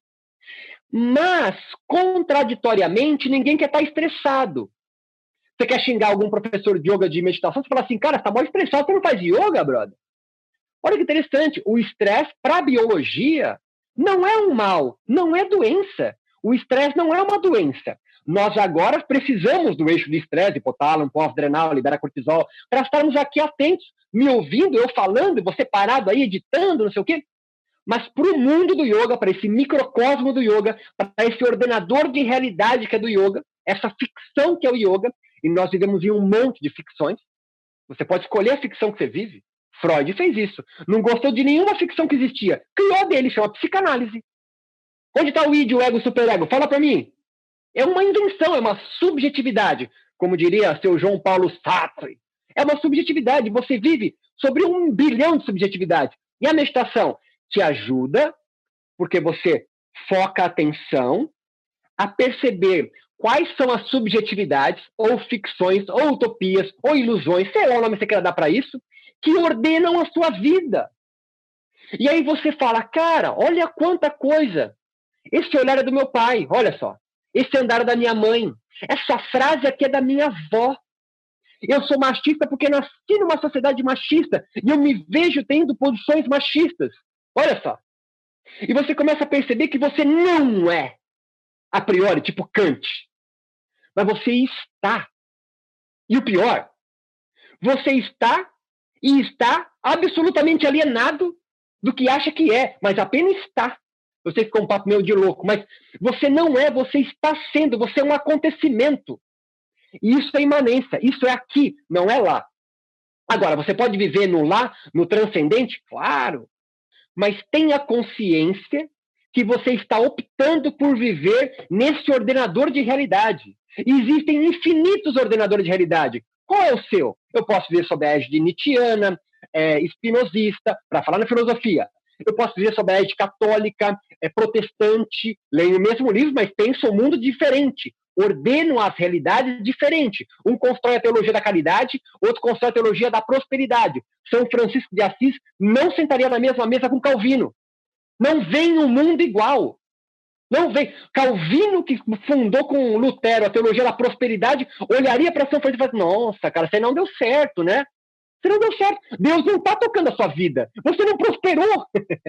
Mas, contraditoriamente, ninguém quer estar estressado. Você quer xingar algum professor de yoga, de meditação, você fala assim, cara, você está mal estressado, você não faz yoga, brother? Olha que interessante, o estresse, para a biologia, não é um mal, não é doença. O estresse não é uma doença. Nós agora precisamos do eixo de estresse, hipotálamo, pós-adrenal, libera cortisol, para estarmos aqui atentos, me ouvindo, eu falando, você parado aí, editando, não sei o quê. Mas para o mundo do yoga, para esse microcosmo do yoga, para esse ordenador de realidade que é do yoga, essa ficção que é o yoga, e nós vivemos em um monte de ficções, você pode escolher a ficção que você vive. Freud fez isso. Não gostou de nenhuma ficção que existia. Criou dele, chama psicanálise. Onde está o id, o ego, o superego? Fala para mim. É uma invenção, é uma subjetividade. Como diria seu João Paulo Sartre. É uma subjetividade. Você vive sobre 1 bilhão de subjetividades. E a meditação te ajuda, porque você foca a atenção a perceber quais são as subjetividades, ou ficções, ou utopias, ou ilusões, sei lá o nome que você quer dar para isso, que ordenam a sua vida. E aí você fala, cara, olha quanta coisa. Esse olhar é do meu pai, olha só. Esse andar é da minha mãe. Essa frase aqui é da minha avó. Eu sou machista porque nasci numa sociedade machista e eu me vejo tendo posições machistas. Olha só. E você começa a perceber que você não é, a priori, tipo Kant. Mas você está. E o pior, você está e está absolutamente alienado do que acha que é, mas apenas está. Eu sei que ficou um papo meio de louco, mas você não é, você está sendo, você é um acontecimento. E isso é imanência, isso é aqui, não é lá. Agora, você pode viver no lá, no transcendente? Claro. Mas tenha consciência que você está optando por viver nesse ordenador de realidade. Existem infinitos ordenadores de realidade. Qual é o seu? Eu posso viver sob a égide nietzschiana, espinosista, para falar na filosofia. Eu posso viver sob a égide católica, protestante, leio o mesmo livro, mas penso um mundo diferente. Ordeno as realidades diferentes. Um constrói a teologia da caridade, outro constrói a teologia da prosperidade. São Francisco de Assis não sentaria na mesma mesa com Calvino. Não vem um mundo igual. Não vem. Calvino, que fundou com Lutero a teologia da prosperidade, olharia para São Francisco e falaria, nossa, cara, você não deu certo, né? Você não deu certo. Deus não está tocando a sua vida. Você não prosperou.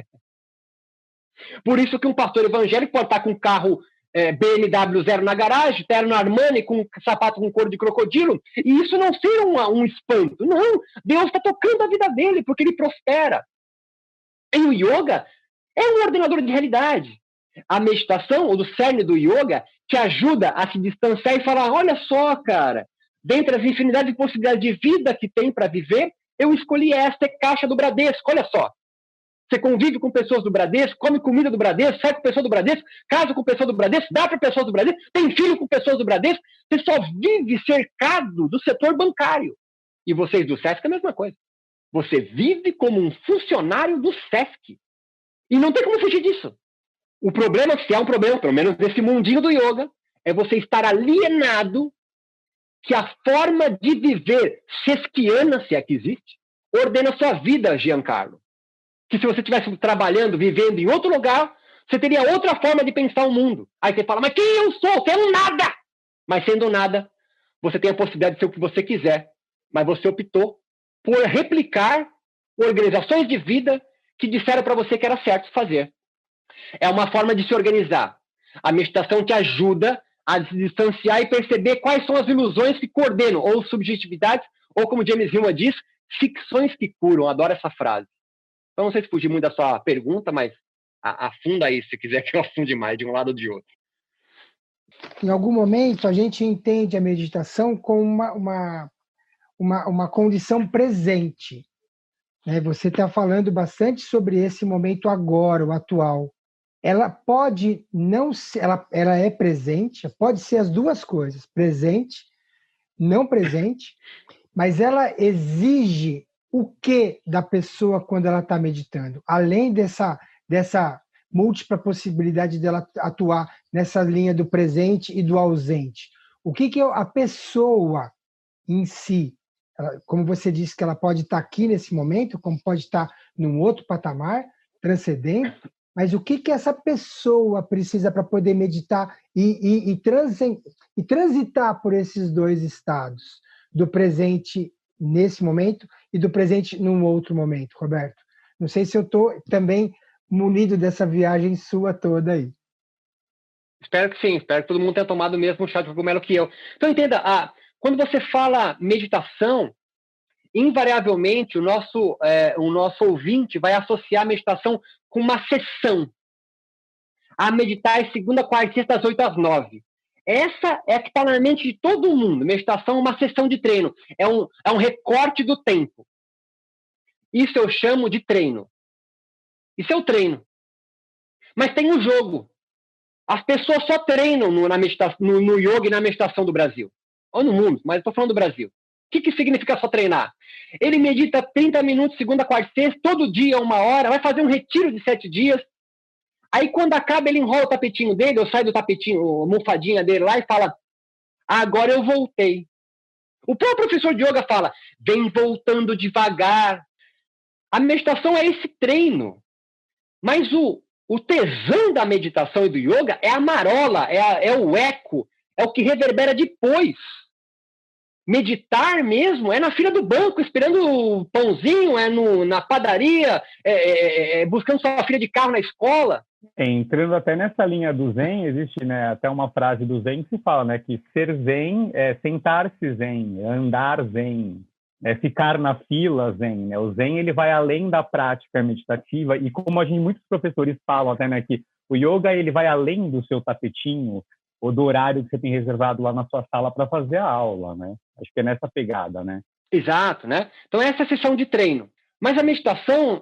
Por isso que um pastor evangélico pode estar com um carro BMW 0 na garagem, terno Armani, com sapato com couro de crocodilo, e isso não ser um espanto. Não, Deus está tocando a vida dele, porque ele prospera. E o yoga é um ordenador de realidade. A meditação, ou do cerne do yoga, te ajuda a se distanciar e falar, olha só, cara, dentre as infinidades de possibilidades de vida que tem para viver, eu escolhi esta, é caixa do Bradesco, olha só. Você convive com pessoas do Bradesco, come comida do Bradesco, sai com pessoas do Bradesco, casa com pessoas do Bradesco, dá para pessoas do Bradesco, tem filho com pessoas do Bradesco. Você só vive cercado do setor bancário. E vocês do SESC é a mesma coisa. Você vive como um funcionário do SESC. E não tem como fugir disso. O problema, se é um problema, pelo menos nesse mundinho do yoga, é você estar alienado que a forma de viver sesquiana, se é que existe, ordena a sua vida, Giancarlo. Que se você estivesse trabalhando, vivendo em outro lugar, Você teria outra forma de pensar o mundo. Aí você fala, mas quem eu sou? Você é um nada! Mas sendo nada, você tem a possibilidade de ser o que você quiser. Mas você optou por replicar organizações de vida que disseram para você que era certo fazer. É uma forma de se organizar. A meditação te ajuda a se distanciar e perceber quais são as ilusões que coordenam, ou subjetividades, ou como James Hillman diz, ficções que curam. Adoro essa frase. Então, não sei se fugir muito da sua pergunta, mas afunda aí, se quiser que eu afunde mais, de um lado ou de outro. Em algum momento, a gente entende a meditação como uma condição presente. Né? Você está falando bastante sobre esse momento agora, o atual. Ela pode não ser, ela é presente, pode ser as duas coisas, presente, não presente, mas ela exige o que da pessoa quando ela está meditando? Além dessa múltipla possibilidade dela atuar nessa linha do presente e do ausente. O que a pessoa em si, como você disse que ela pode estar aqui nesse momento, como pode estar num outro patamar, transcendente, mas o que essa pessoa precisa para poder meditar e transitar por esses dois estados, do presente nesse momento e do presente num outro momento, Roberto? Não sei se eu estou também munido dessa viagem sua toda aí. Espero que sim, espero que todo mundo tenha tomado o mesmo chá de cogumelo que eu. Então entenda, quando você fala meditação, invariavelmente o nosso ouvinte vai associar a meditação com uma sessão. A meditar é segunda, quarta e sexta, das 8 às 9. Essa é a que está na mente de todo mundo. Meditação é uma sessão de treino. É um recorte do tempo. Isso eu chamo de treino. Isso é o treino. Mas tem um jogo. As pessoas só treinam no yoga e na meditação do Brasil. Ou no mundo, mas estou falando do Brasil. O que significa só treinar? Ele medita 30 minutos, segunda, quarta e sexta, todo dia, 1 hora, vai fazer um retiro de 7 dias. Aí, quando acaba, ele enrola o tapetinho dele, ou sai do tapetinho, a almofadinha dele lá e fala, agora eu voltei. O próprio professor de yoga fala, vem voltando devagar. A meditação é esse treino. Mas o tesão da meditação e do yoga é a marola, é o eco, é o que reverbera depois. Meditar mesmo é na fila do banco, esperando o pãozinho, na padaria, buscando sua filha de carro na escola. Entrando até nessa linha do Zen, existe, né, até uma frase do Zen que se fala, né, que ser Zen é sentar-se Zen, é andar Zen, é ficar na fila Zen. Né? O Zen ele vai além da prática meditativa e como muitos professores falam até, né, que o yoga ele vai além do seu tapetinho ou do horário que você tem reservado lá na sua sala para fazer a aula, né? Acho que é nessa pegada, né? Exato, né? Então essa é a sessão de treino. Mas a meditação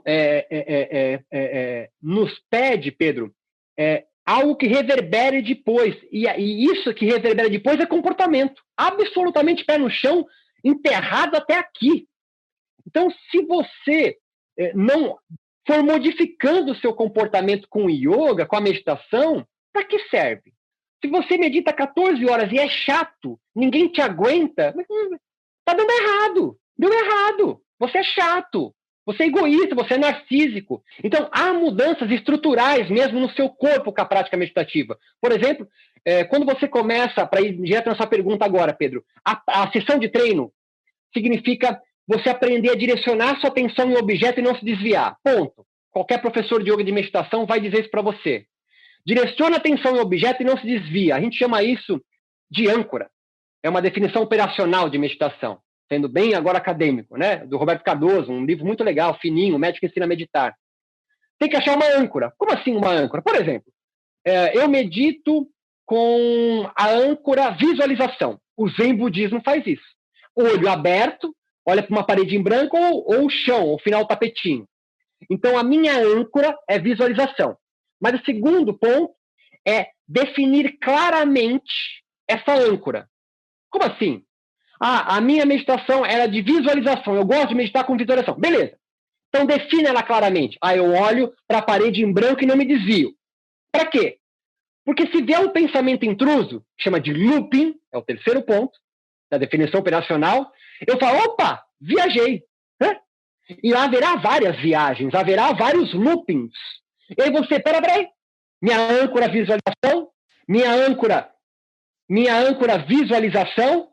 nos pede, Pedro, algo que reverbere depois. E isso que reverbera depois é comportamento. Absolutamente pé no chão, enterrado até aqui. Então, se você não for modificando o seu comportamento com o yoga, com a meditação, para que serve? Se você medita 14 horas e é chato, ninguém te aguenta, está dando errado. Deu errado. Você é chato. Você é egoísta, você é narcísico. Então, há mudanças estruturais mesmo no seu corpo com a prática meditativa. Por exemplo, quando você começa, para ir direto na sua pergunta agora, Pedro, a sessão de treino significa você aprender a direcionar sua atenção em um objeto e não se desviar. Ponto. Qualquer professor de yoga de meditação vai dizer isso para você. Direciona a atenção em um objeto e não se desvia. A gente chama isso de âncora. É uma definição operacional de meditação. Sendo bem agora acadêmico, né? Do Roberto Cardoso, um livro muito legal, fininho, o médico ensina a meditar. Tem que achar uma âncora. Como assim uma âncora? Por exemplo, eu medito com a âncora visualização. O Zen budismo faz isso. Olho aberto, olha para uma parede em branco ou o chão, o final do tapetinho. Então, a minha âncora é visualização. Mas o segundo ponto é definir claramente essa âncora. Como assim? A minha meditação era de visualização. Eu gosto de meditar com visualização. Beleza. Então, defina ela claramente. Eu olho para a parede em branco e não me desvio. Para quê? Porque se vier um pensamento intruso, chama de looping, é o terceiro ponto da definição operacional, eu falo, opa, viajei. E haverá várias viagens, haverá vários loopings. E aí você, peraí, Minha âncora visualização, minha âncora visualização,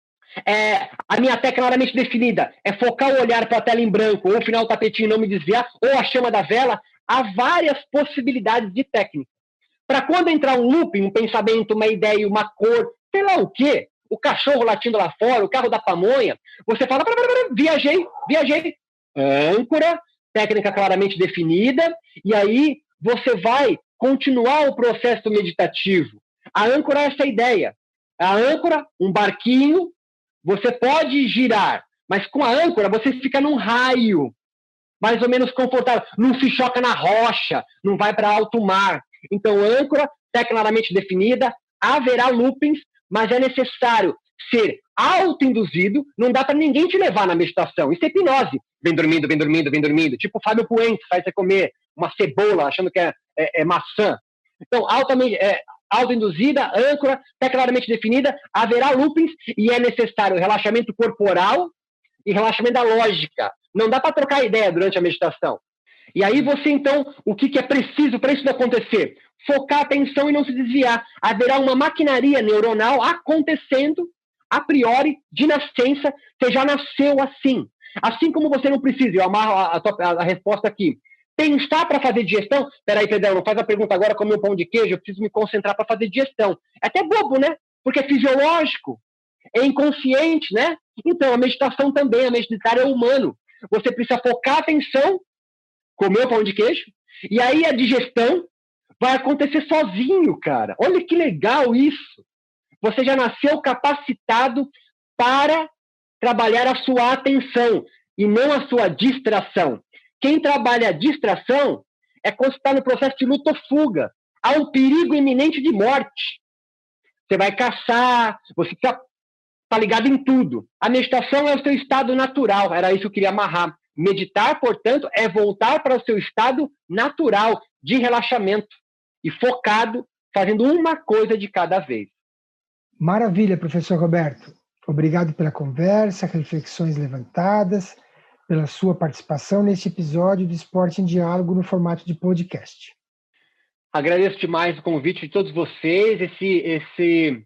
a minha técnica claramente definida é focar o olhar para a tela em branco, ou final do tapetinho não me desviar, ou a chama da vela. Há várias possibilidades de técnica. Para quando entrar um looping, um pensamento, uma ideia, uma cor, sei lá o quê, o cachorro latindo lá fora, o carro da pamonha, você fala, viajei, âncora, técnica claramente definida, e aí você vai continuar o processo meditativo. A âncora é essa ideia. A âncora, um barquinho, você pode girar, mas com a âncora você fica num raio, mais ou menos confortável, não se choca na rocha, não vai para alto mar. Então, âncora, tecnicamente definida, haverá loopings, mas é necessário ser autoinduzido, não dá para ninguém te levar na meditação. Isso é hipnose. Vem dormindo, vem dormindo, vem dormindo. Tipo o Fábio Puente, faz você comer uma cebola achando que é maçã. Então, autoinduzida, âncora, tecnicamente definida, haverá loopings e é necessário relaxamento corporal e relaxamento da lógica. Não dá para trocar ideia durante a meditação. E aí você, então, o que é preciso para isso acontecer? Focar a atenção e não se desviar. Haverá uma maquinaria neuronal acontecendo a priori, de nascença, você já nasceu assim. Assim como você não precisa, eu amarro a resposta aqui. Pensar para fazer digestão? Peraí, Pedrão, não faz a pergunta agora como meu pão de queijo, eu preciso me concentrar para fazer digestão. É até bobo, né? Porque é fisiológico, é inconsciente, né? Então, a meditação também, a meditar é humano. Você precisa focar a atenção, comer o pão de queijo, e aí a digestão vai acontecer sozinho, cara. Olha que legal isso. Você já nasceu capacitado para trabalhar a sua atenção e não a sua distração. Quem trabalha a distração é quando está no processo de luta ou fuga. Há um perigo iminente de morte. Você vai caçar, você está ligado em tudo. A meditação é o seu estado natural, era isso que eu queria amarrar. Meditar, portanto, é voltar para o seu estado natural de relaxamento e focado, fazendo uma coisa de cada vez. Maravilha, professor Roberto. Obrigado pela conversa, reflexões levantadas, pela sua participação neste episódio do Esporte em Diálogo no formato de podcast. Agradeço demais o convite de todos vocês, esse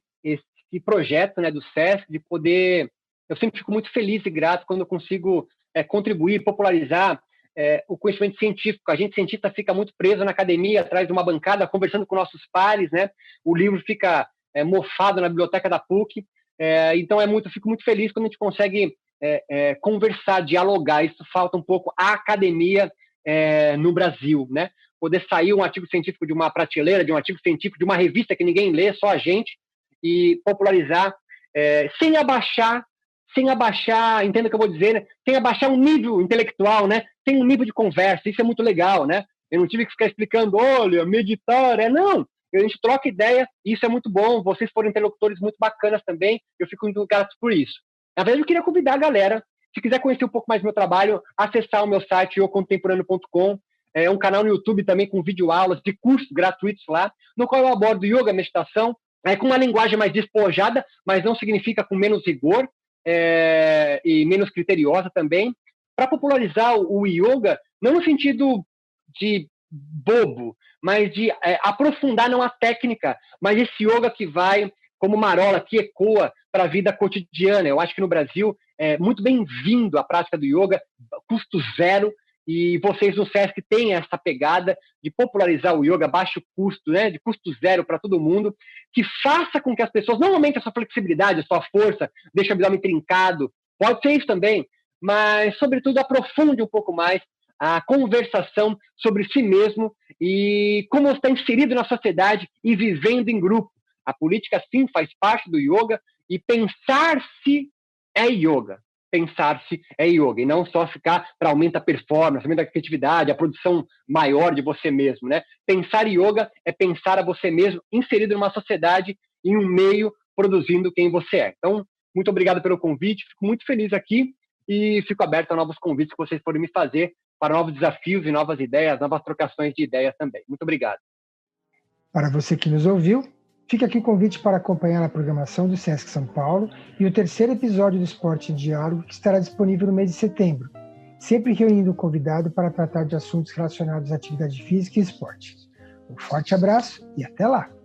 projeto, né, do SESC, de poder... Eu sempre fico muito feliz e grato quando eu consigo contribuir, popularizar o conhecimento científico. A gente cientista fica muito preso na academia, atrás de uma bancada, conversando com nossos pares, né? O livro fica mofado na biblioteca da PUC. Então, fico muito feliz quando a gente consegue conversar, dialogar. Isso falta um pouco à academia no Brasil, né? Poder sair um artigo científico de uma prateleira, de um artigo científico de uma revista que ninguém lê, só a gente, e popularizar sem abaixar, entenda o que eu vou dizer, né? Sem abaixar um nível intelectual, né? Sem um nível de conversa. Isso é muito legal, né? Eu não tive que ficar explicando, olha, meditar, não. A gente troca ideia, e isso é muito bom. Vocês foram interlocutores muito bacanas também, eu fico muito grato por isso. Na verdade, eu queria convidar a galera, se quiser conhecer um pouco mais do meu trabalho, acessar o meu site, eucontemporâneo.com. É um canal no YouTube também com videoaulas de cursos gratuitos lá, no qual eu abordo yoga, meditação, com uma linguagem mais despojada, mas não significa com menos rigor e menos criteriosa também, para popularizar o yoga, não no sentido de bobo, mas de aprofundar não a técnica, mas esse yoga que vai como marola, que ecoa para a vida cotidiana. Eu acho que no Brasil é muito bem-vindo a prática do yoga, custo zero, e vocês no SESC têm essa pegada de popularizar o yoga, baixo custo, né, de custo zero para todo mundo, que faça com que as pessoas, não aumente a sua flexibilidade, a sua força, deixe o abdômen trincado, pode ser isso também, mas, sobretudo, aprofunde um pouco mais a conversação sobre si mesmo e como está inserido na sociedade e vivendo em grupo. A política, sim, faz parte do yoga, e pensar-se é yoga. Pensar-se é yoga, e não só ficar para aumentar a performance, aumentar a criatividade, a produção maior de você mesmo, né? Pensar yoga é pensar a você mesmo inserido numa sociedade, em um meio, produzindo quem você é. Então, muito obrigado pelo convite, fico muito feliz aqui e fico aberto a novos convites que vocês forem me fazer para novos desafios e novas ideias, novas trocações de ideias também. Muito obrigado. Para você que nos ouviu, fica aqui o convite para acompanhar a programação do SESC São Paulo e o terceiro episódio do Esporte em Diálogo, que estará disponível no mês de setembro, sempre reunindo um convidado para tratar de assuntos relacionados à atividade física e esporte. Um forte abraço e até lá!